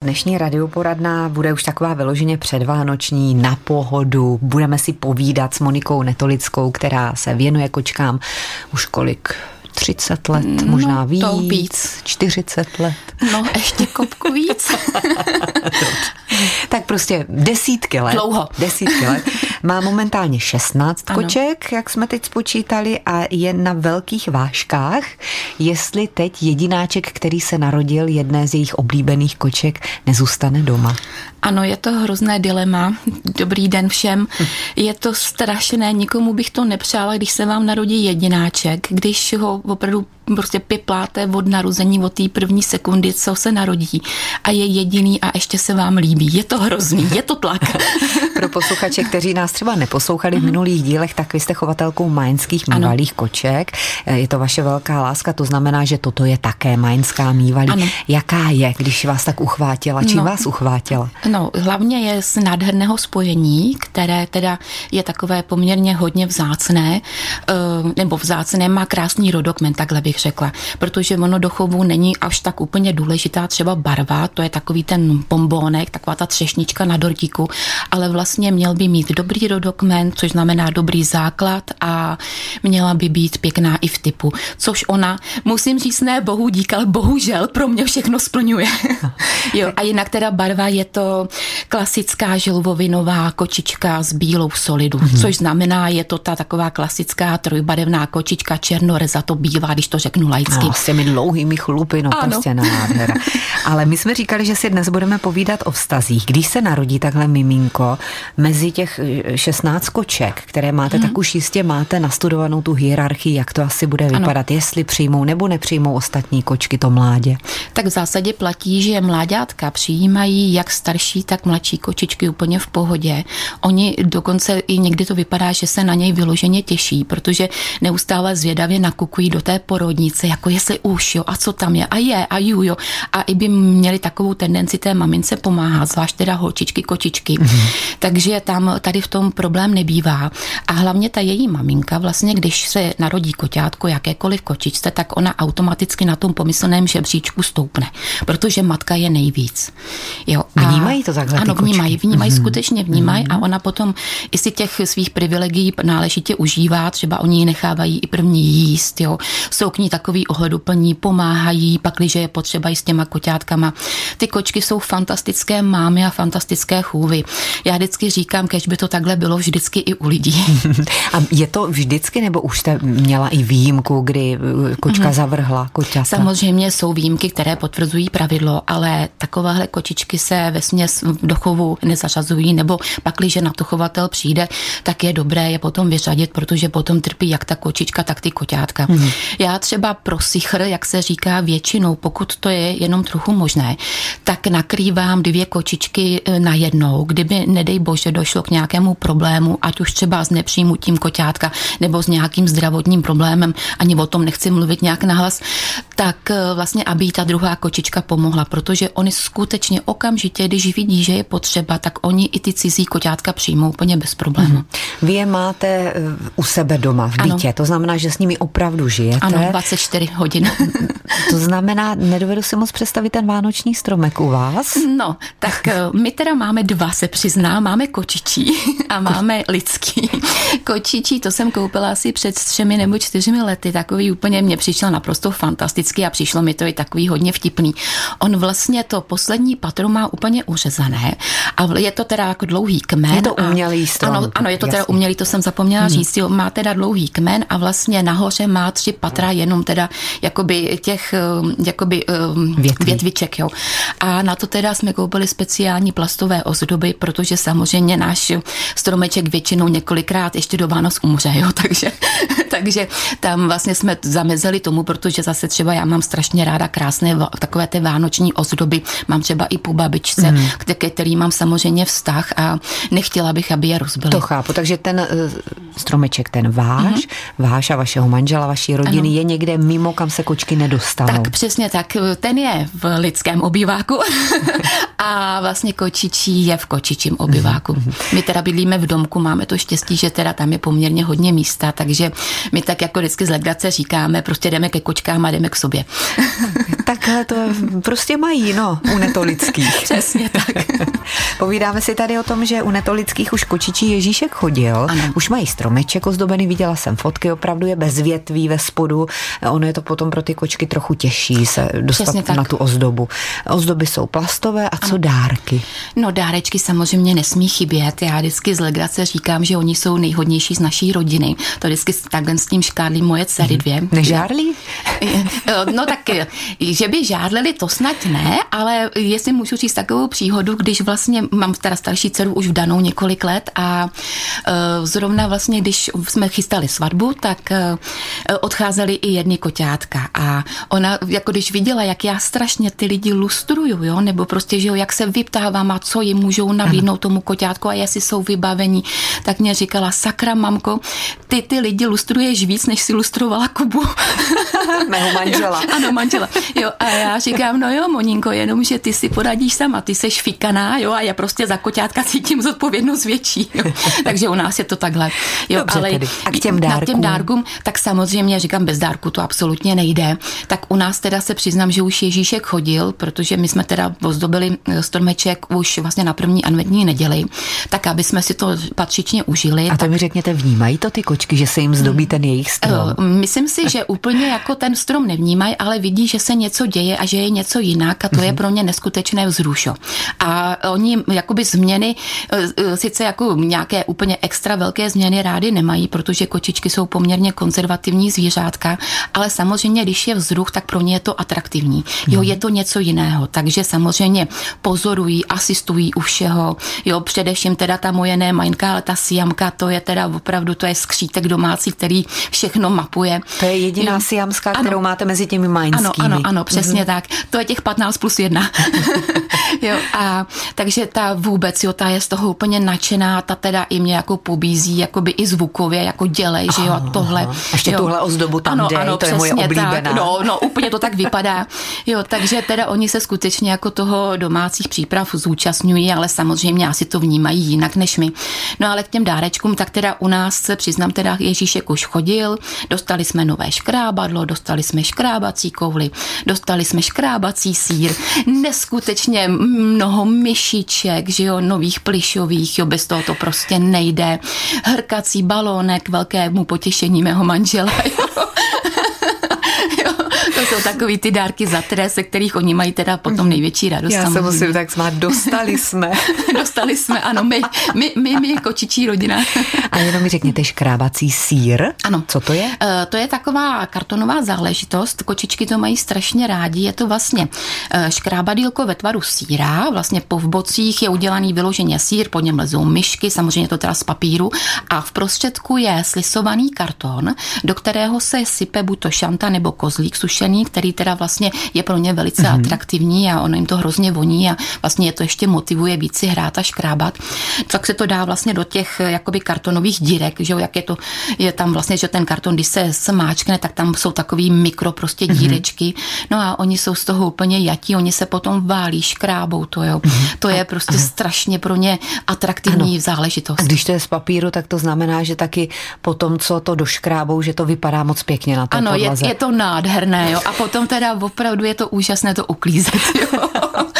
Dnešní radioporadna bude už taková vyloženě předvánoční, na pohodu. Budeme si povídat s Monikou Netolickou, která se věnuje kočkám už kolik? 30 let, možná víc, 40 let. No, ještě kopku víc. Tak prostě desítky let. Dlouho. Desítky let. Má momentálně 16 koček, jak jsme teď spočítali, a je na velkých vážkách, jestli teď jedináček, který se narodil, jedné z jejich oblíbených koček, nezůstane doma. Ano, je to hrozné dilema. Dobrý den všem. Je to strašné, nikomu bych to nepřála, když se vám narodí jedináček, když ho opravdu prostě pipláte od narození, od té první sekundy, co se narodí a je jediný a ještě se vám líbí. Je to hrozný, je to tlak. Pro posluchače, kteří nás třeba neposlouchali v minulých dílech, tak vy jste chovatelkou maňských mývalých koček. Je to vaše velká láska, to znamená, že toto je také maňská mývalí. Ano. Jaká je, když vás tak uchvátila? Čím vás uchvátila? No, hlavně je z nádherného spojení, které teda je takové poměrně hodně vzácné, nebo vzácné, má krásný rodokmen, takhle bych řekla, protože ono do chovu není až tak úplně důležitá třeba barva, to je takový ten bombónek, taková ta třešnička na dortíku, ale vlastně měl by mít dobrý rodokmen, což znamená dobrý základ a měla by být pěkná i v typu, což ona, musím říct, ne bohu dík, ale bohužel pro mě všechno splňuje. Jo, a jinak teda barva je to klasická želvovinová kočička s bílou solidu, což znamená, je to ta taková klasická trojbarevná kočička, černoreza to bývá, když to řeknu laicky. No, s těmi dlouhými chlupy, no ano. Prostě nádhera. Ale my jsme říkali, že si dnes budeme povídat o vztazích. Když se narodí takhle miminko, mezi těch 16 koček, které máte, tak už jistě máte nastudovanou tu hierarchii, jak to asi bude vypadat, jestli přijmou nebo nepřijmou ostatní kočky to mládě. Tak v zásadě platí, že mláďátka přijímají jak starší, tak mladší kočičky úplně v pohodě. Oni dokonce i někdy to vypadá, že se na něj vyloženě těší, protože neustále zvědavě nakukují do té porodnice, jako jestli už, jo, a co tam je, a jo. A i by měli takovou tendenci té mamince pomáhat, zvlášť teda holčičky, kočičky. Takže tam tady v tom problém nebývá. A hlavně ta její maminka, vlastně, když se narodí koťátko, jakékoliv kočičce, tak ona automaticky na tom pomyslném žebříčku stoupne, protože matka je nejvíc. Jo. Vnímají to takhle? Ano, vnímají, skutečně vnímají a ona potom i si těch svých privilegií náležitě užívá, třeba oni ji nechávají i první jíst, jo. Jsou k ní takový ohleduplní, pomáhají, pakliže je potřeba i s těma koťátkama. Ty kočky jsou fantastické mámy a fantastické chůvy. Já vždycky říkám, kež by to takhle bylo vždycky i u lidí. A je to vždycky, nebo už jste měla i výjimku, kdy kočka zavrhla koťata? Samozřejmě jsou výjimky, které potvrzují pravidlo, ale takovéhle kočičky se vesměs do chovu nezařazují, nebo pakliže na to chovatel přijde, tak je dobré je potom vyřadit, protože potom trpí jak ta kočička, tak ty koťátka. Já třeba pro sichr, jak se říká většinou, pokud to je jenom trochu možné, tak nakrývám 2 kočičky najednou, kdyby, nedej bože, došlo k nějakému problému, ať už třeba s nepřijmutím koťátka nebo s nějakým zdravotním problémem, ani o tom nechci mluvit nějak nahlas, tak vlastně, aby jí ta druhá kočička pomohla, protože oni skutečně okamžitě, když vidí, že je potřeba, tak oni i ty cizí koťátka přijmou úplně bez problému. Vy je máte u sebe doma v bytě, to znamená, že s nimi opravdu žijete. Ano, 24 hodin. To znamená, nedovedu si moc představit ten vánoční stromek u vás. No, tak my teda máme 2, se přiznám, máme kočičí a máme lidský. Kočičí, to jsem koupila asi před 3 nebo 4 lety, takový úplně mě přišel naprosto fantastický a přišlo mi to i takový hodně vtipný. On vlastně to poslední patro má úplně uřezané a je to teda jako dlouhý kmen. Je to umělý strom. Ano, je to teda umělý, to jsem zapomněla říct. Jo, má teda dlouhý kmen a vlastně nahoře má 3 patra, jenom teda jakoby těch větviček, jo. A na to teda jsme koupili speciální plastové ozdoby, protože samozřejmě náš stromeček většinou několikrát ještě do Vánoc umře, jo, takže tam vlastně jsme zamezili tomu, protože zase třeba já mám strašně ráda krásné takové ty vánoční ozdoby, mám třeba i po babičce, ke který mám samozřejmě vztah a nechtěla bych, aby je rozbili. To chápu, takže ten stromeček, ten váš a vašeho manžela, vaší rodiny je někde mimo, kam se kočky nedostanou. Tak přesně tak, ten je v lidském obýváku a vlastně kočičí je v kočičím obýváku. My teda bydlíme v domku, máme to štěstí, že teda tam je poměrně hodně místa, takže my tak jako vždycky z legrace říkáme, prostě jdeme ke kočkám a jdeme k sobě. takhle to prostě mají, u netolických. Přesně tak. Povídáme si tady o tom, že u netolických už kočičí Ježíšek chodil, ano. Už mají stromeček ozdobený, viděla jsem fotky, opravdu je bez větví ve spodu, ono je to potom pro ty kočky trochu těžší se dostat na tu ozdobu. Ozdoby jsou plastové a co dárky? No dárečky samozřejmě nesmí chybět, já vždycky z legrace říkám, že oni jsou nejhodnější z naší rodiny, to vždycky takhle s tím škádlí moje dcery dvě. Nežárlí? No tak, že by žárlili, to snad ne, ale jestli můžu říct takovou příhodu, když vlastně mám teda starší dceru už vdanou několik let a zrovna vlastně, když jsme chystali svatbu, tak odcházely i jedny koťátka a ona, jako když viděla, jak já strašně ty lidi lustruju, jo, nebo prostě, že jo, jak se vyptávám a co jim můžou nabídnout tomu koťátku a jestli jsou vybavení, tak mě říkala, sakra mamko, ty lidi lustruješ víc, než si lustrovala Kubu. Mého manžela. Ano, manžela. Jo, a já říkám, no jo, Moninko, jenom, že ty si poradíš sama, ty seš fikaná, jo, a já prostě za koťátka cítím zodpovědnost větší, jo. Takže u nás je to takhle. Jo, dobře, ale tedy. A k těm dárkům, tak samozřejmě, říkám, bez dárku to absolutně nejde. Tak u nás teda se přiznám, že už Ježíšek chodil, protože my jsme teda ozdobili stromeček už vlastně na první adventní neděli, tak aby jsme si to patřičně užili. A to mi řekněte, vnímají to ty kočky, že se jim zdobí ten jejich strom? Myslím si, že úplně jako ten strom nevnímají, ale vidí, že se něco děje a že je něco jinak a to je pro ně neskutečné vzrušo. A oni jakoby změny, sice jako nějaké úplně extra velké změny rády nemají, protože kočičky jsou poměrně konzervativní zvířátka, ale samozřejmě, když je vzruch, tak pro ně je to atraktivní. Jo, je to něco jiného, takže samozřejmě pozorují, asistují u všeho. Jo, především teda ta moje ne Majnka, ale ta Siamka, to je teda opravdu, to je skřítek domácí, který všechno mapuje. To je jediná siamská, kterou máte mezi těmi majnskými. Ano, přesně tak. To je těch 15+1. Jo, a takže ta vůbec, jo, ta je z toho úplně nadšená, ta teda i mě jako pobízí, jakoby i zvukově, jako dělej, že jo, a tohle. Ještě tuhle ozdobu tam dej, to je moje oblíbená. Tak, no, úplně to tak vypadá. Jo, takže teda oni se skutečně jako toho domácích příprav zúčastňují, ale samozřejmě asi to vnímají jinak než my. No ale k těm dárečkům, tak teda u nás se přiznám, teda Ježíšek už chodil, dostali jsme nové škrábadlo, dostali jsme škrábací kouli, dostali jsme škrábací sýr, neskutečně mnoho myšiček, že jo, nových plyšových, jo, bez toho to prostě nejde. Hrkací balónek, velkému potěšení mého manžela, jo. To jsou takový ty dárky za trest, se kterých oni mají teda potom největší radost. Já se musím tak smát, dostali jsme. Dostali jsme, ano, my kočičí rodina. A jenom mi řekněte škrábací sýr. Ano. Co to je? To je taková kartonová záležitost, kočičky to mají strašně rádi, je to vlastně škrábadýlko ve tvaru sýra, vlastně po bocích je udělaný vyloženě sýr, po něm lezou myšky, samozřejmě to teda z papíru a v prostředku je slisovaný karton, do kterého se sype buď to šanta nebo kozlík sušený, který teda vlastně je pro ně velice atraktivní a ono jim to hrozně voní a vlastně je to ještě motivuje víc si hrát a škrábat. Tak se to dá vlastně do těch jakoby kartonových dírek, že jo, jak je tam vlastně, že ten karton, když se smáčkne, tak tam jsou takový mikro prostě dírečky. No a oni jsou z toho úplně jatí, oni se potom válí, škrábou to, jo. To je prostě strašně pro ně atraktivní záležitost. A když to je z papíru, tak to znamená, že taky potom, co to doškrábou, že to vypadá moc pěkně na té podlaze. Ano, je to nádherné, jo. A potom teda opravdu je to úžasné to uklízet, jo.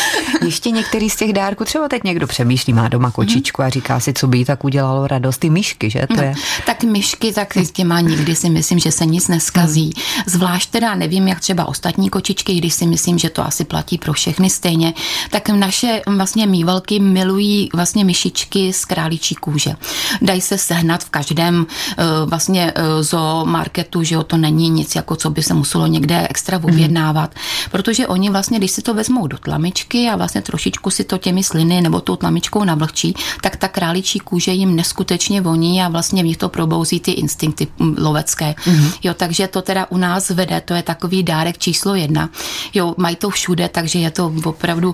Ještě některý z těch dárků, třeba teď někdo přemýšlí, má doma kočičku a říká si, co by jí tak udělalo radost. Ty myšky, že to je? Tak myšky, tak s těma nikdy si myslím, že se nic neskazí. Zvlášť teda nevím, jak třeba ostatní kočičky, když si myslím, že to asi platí pro všechny stejně, tak naše vlastně mývalky milují vlastně myšičky z králičí kůže. Dají se sehnat v každém vlastně zoomarketu, že jo, to není nic, jako co by se muselo někde extra objednávat, protože oni vlastně, když si to vezmou do tlamičky a vlastně trošičku si to těmi sliny nebo tou tlamičkou navlhčí, tak ta králičí kůže jim neskutečně voní a vlastně v nich to probouzí ty instinkty lovecké. Jo, takže to teda u nás vede, to je takový dárek číslo 1. Jo, mají to všude, takže je to opravdu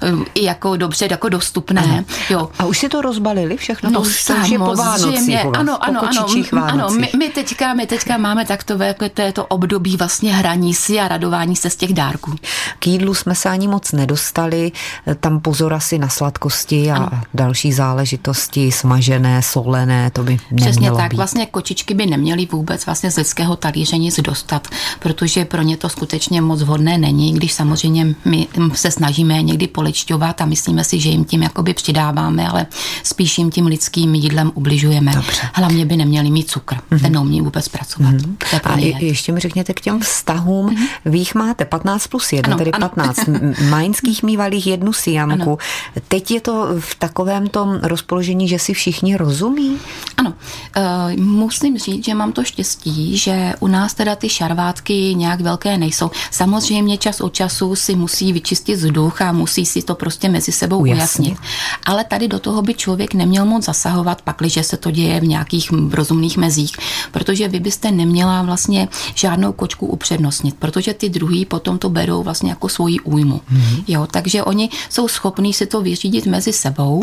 i jako dobře, jako dostupné. Jo. A už si to rozbalili všechno? No, to už je po Vánocích. Ano, my teďka máme takové, jako to je to období vlastně hraní užívání si a radování se z těch dárků. K jídlu jsme se ani moc nedostali, tam pozor asi na sladkosti a další záležitosti, smažené, solené, to by nemělo Přesně tak, být. vlastně kočičky by neměly vůbec vlastně z lidského talíře nic dostat, protože pro ně to skutečně moc vhodné není, když samozřejmě my se snažíme někdy polečťovat a myslíme si, že jim tím jakoby přidáváme, ale spíš jim tím lidským jídlem ubližujeme. Dobře. Hlavně by neměli mít cukr, ten neumí vůbec pracovat. A ještě mi řekněte k těm vztahům, vy jich máte 15+1, ano, tedy 15. Maňských mývalých jednu siamku. Ano. Teď je to v takovém tom rozpoložení, že si všichni rozumí? Ano, musím říct, že mám to štěstí, že u nás teda ty šarvátky nějak velké nejsou. Samozřejmě čas od času si musí vyčistit vzduch a musí si to prostě mezi sebou ujasnit. Ale tady do toho by člověk neměl moc zasahovat, pakliže se to děje v nějakých rozumných mezích, protože vy byste neměla vlastně žádnou kočku upřednostnit, protože ty druhý potom to berou vlastně jako svoji újmu. Jo, takže oni jsou schopní si to vyřídit mezi sebou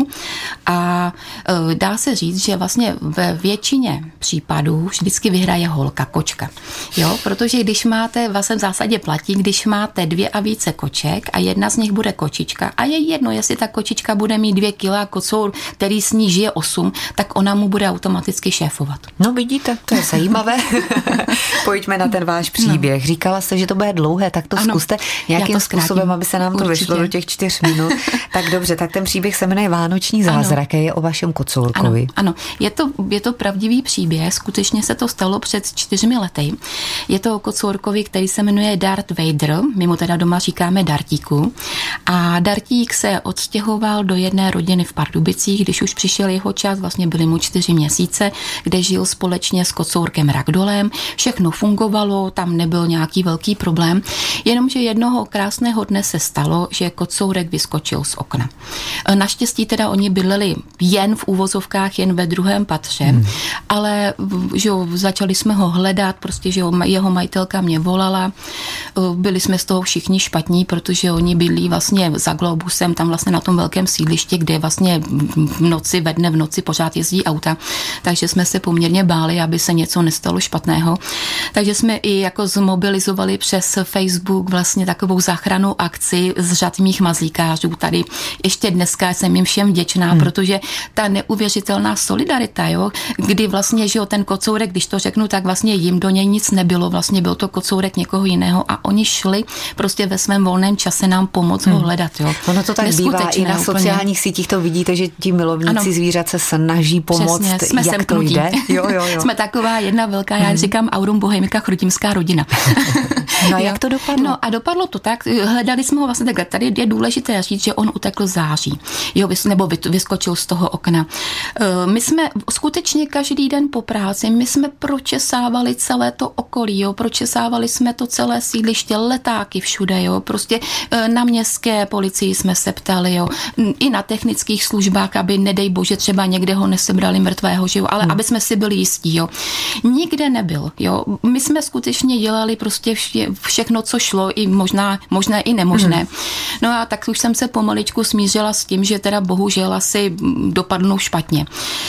a dá se říct, že vlastně ve většině případů vždycky vyhraje holka, kočka. Jo, protože když máte, vlastně v zásadě platí, když máte 2 a více koček a jedna z nich bude kočička a je jedno, jestli ta kočička bude mít 2 kila kocour, který s ní žije 8, tak ona mu bude automaticky šéfovat. No vidíte, to je zajímavé. Pojďme na ten váš příběh. Říkala jste, že to bude dlouhé, tak to zkuste nějakým způsobem, aby se nám to vyšlo do těch 4 minut. Tak dobře, tak ten příběh se jmenuje Vánoční zázrak, je o vašem kocourkovi. Ano, je to pravdivý příběh, skutečně se to stalo před 4 lety. Je to o kocourkovi, který se jmenuje Darth Vader, my mu teda doma říkáme Dartíku. A Dartík se odstěhoval do jedné rodiny v Pardubicích, když už přišel jeho čas, vlastně byly mu 4 měsíce, kde žil společně s kocourkem Ragdolem. Všechno fungovalo, tam nebyl nějaký velký problém, jenomže jednoho krásného dne se stalo, že kocourek vyskočil z okna. Naštěstí teda oni bydleli jen v úvozovkách, jen ve 2. patře, ale že jo, začali jsme ho hledat, prostě, že jo, jeho majitelka mě volala, byli jsme z toho všichni špatní, protože oni bydlí vlastně za Globusem, tam vlastně na tom velkém sídlišti, kde vlastně ve noci pořád jezdí auta, takže jsme se poměrně báli, aby se něco nestalo špatného. Takže jsme i jako zmobilizovali přes Facebook vlastně takovou záchrannou akci z řad mých mazlíkářů. Tady ještě dneska jsem jim všem vděčná, protože ta neuvěřitelná solidarita, jo, kdy vlastně, že jo, ten kocourek, když to řeknu, tak vlastně jim do něj nic nebylo, vlastně byl to kocourek někoho jiného a oni šli prostě ve svém volném čase nám pomoct ho hledat, jo. Ono to tak bývá, i na sociálních sítích to vidíte, že ti milovníci zvířat se snaží pomoct, jsme jak to jde. Jo. Jsme taková jedna velká, já říkám Aurum Bohemika chrudimská rodina. No a jak to dopadlo? No a dopadlo to tak, hledali jsme ho vlastně takhle. Tady je důležité říct, že on utekl září, jo, nebo vyskočil z toho okna. My jsme skutečně každý den po práci, my jsme pročesávali celé to okolí, jo, pročesávali jsme to celé sídliště, letáky všude, jo, prostě na městské policii jsme se ptali, jo, i na technických službách, aby nedej bože třeba někde ho nesebrali mrtvého, že jo, ale aby jsme si byli jistí, jo. Nikde nebyl, jo. My jsme skutečně dělali prostě všechno, co šlo, i možné i nemožné. No a tak už jsem se pomaličku smířila s tím, že teda bohužel asi dopadnou špatně.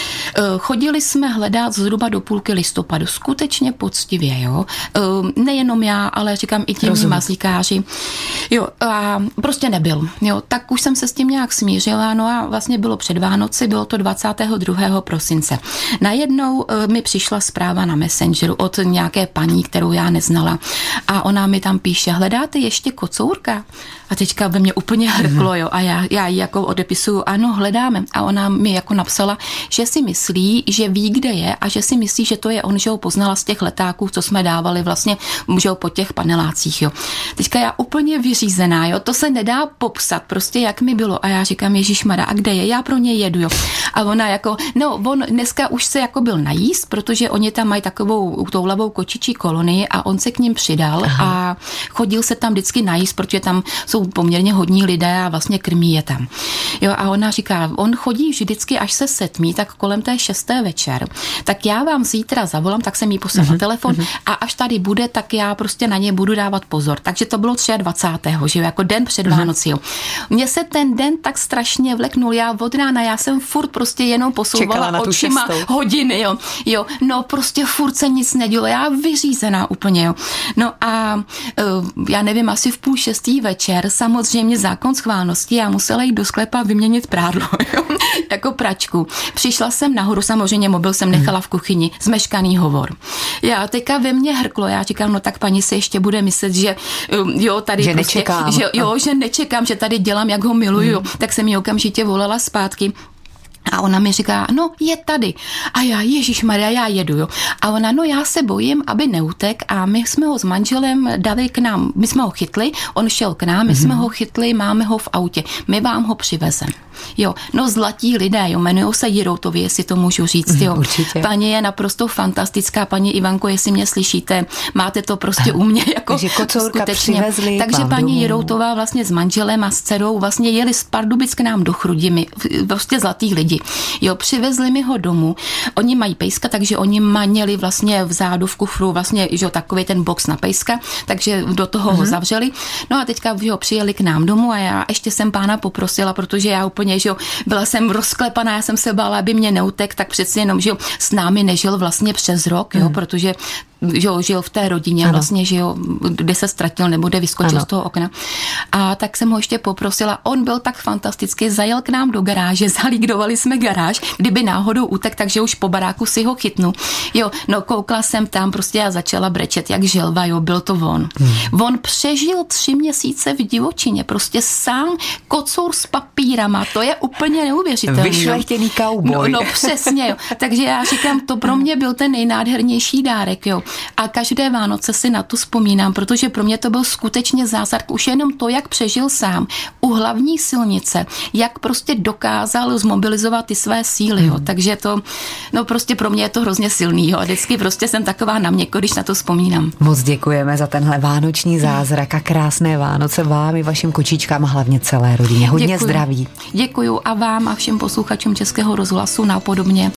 Chodili jsme hledat zhruba do půlky listopadu, skutečně poctivě, jo. Nejenom já, ale říkám i ti mazlíkáři. Jo, a prostě nebyl, jo. Tak už jsem se s tím nějak smířila, no a vlastně bylo před Vánoci, bylo to 22. prosince. Najednou mi přišla zpráva na Messengeru od nějaké paní, kterou já neznala. A ona mi tam píše, hledáte ještě kocourka? A teďka ve mě úplně hrklo, jo. A já ji jako odepisuju, ano, hledáme. A ona mi jako napsala, že si myslí, že ví, kde je a že si myslí, že to je on, že ho poznala z těch letáků, co jsme dávali vlastně, že ho po těch panelácích, jo. Teďka já úplně vyřízená, jo. To se nedá popsat, prostě jak mi bylo. A já říkám, ježišmarja, a kde je? Já pro něj jedu, jo. A ona jako, no, on dneska už se jako byl najíst, protože oni tam mají takovou toulavou kočičí kolonii a on se k ním přidal a chodil se tam vždycky najíst, protože tam jsou poměrně hodní lidé a vlastně krmí je tam. Jo, a ona říká, on chodí vždycky, až se setmí, tak kolem té 6. večer. Tak já vám zítra zavolám, tak jsem jí poslala na telefon a až tady bude, tak já prostě na ně budu dávat pozor. Takže to bylo 23. že jo, jako den před Vánocí. Mně se ten den tak strašně vleknul, já od rána, já jsem furt prostě jenom posouvala očima hodiny, jo. No prostě furt se nic nedělo, já vyřízená úplně, jo. No a já nevím, asi v 5:30 večer, samozřejmě zákon schválnosti, já musela jít do sklepa vyměnit prádlo, jako pračku. Přišla jsem nahoru, samozřejmě mobil jsem nechala v kuchyni, zmeškaný hovor. Já teďka ve mně hrklo, já říkám, no tak paní si ještě bude myslet, že jo, tady že prostě, nečekám. že nečekám, že tady dělám, jak ho miluju. Tak jsem ji okamžitě volala zpátky. A ona mi říká, no je tady. A já, ježišmarja, já jedu, jo. A ona, no já se bojím, aby neutek, a my jsme ho s manželem dali k nám, my jsme ho chytli, on šel k nám, my jsme ho chytli, máme ho v autě, my vám ho přivezeme. Jo, no zlatí lidé, jo, jmenujou se Jiroutovi, jestli to můžu říct, jo. Určitě. Paní je naprosto fantastická, paní Ivanko, jestli mě slyšíte, máte to prostě u mě jako takže kocourka přivezli. Takže paní Jiroutová vlastně s manželem a s dcerou vlastně jeli z Pardubic k nám do Chrudimi, prostě zlatý lidi. Jo, přivezli mi ho domů. Oni mají pejska, takže oni měli vlastně vzadu v kufru vlastně, že takový ten box na pejska, takže do toho ho zavřeli. No a teďka ho přijeli k nám domů a já ještě jsem pána poprosila, protože já úplně, že jo, byla jsem rozklepaná, já jsem se bála, aby mě neutek, tak přeci jenom, že jo, s námi nežil vlastně přes rok, jo, protože jo, žil v té rodině vlastně, že jo, kde se ztratil nebo kde vyskočil z toho okna. A tak jsem ho ještě poprosila, on byl tak fantastický, zajel k nám do garáže, zalíkdovali jsme garáž, kdyby náhodou utek, takže už po baráku si ho chytnu. Jo, no koukla jsem tam prostě a začala brečet jak želva, jo, byl to on. On přežil 3 měsíce v divočině, prostě sám kocour s papírama, to je úplně neuvěřitelné. Vyšlechtěný kauboj. No přesně, jo. Takže já říkám, to pro mě byl ten nejnádhernější dárek, jo. A každé Vánoce si na to vzpomínám, protože pro mě to byl skutečně zázrak. Už jenom to, jak přežil sám u hlavní silnice, jak prostě dokázal zmobilizovat ty své síly. Jo. Takže to, no prostě pro mě je to hrozně silný. Jo. Vždycky prostě jsem taková na měkko, když na to vzpomínám. Moc děkujeme za tenhle vánoční zázrak a krásné Vánoce vám i vašim kočičkám a hlavně celé rodině. Hodně zdraví. Děkuju a vám a všem posluchačům Českého rozhlasu napodobně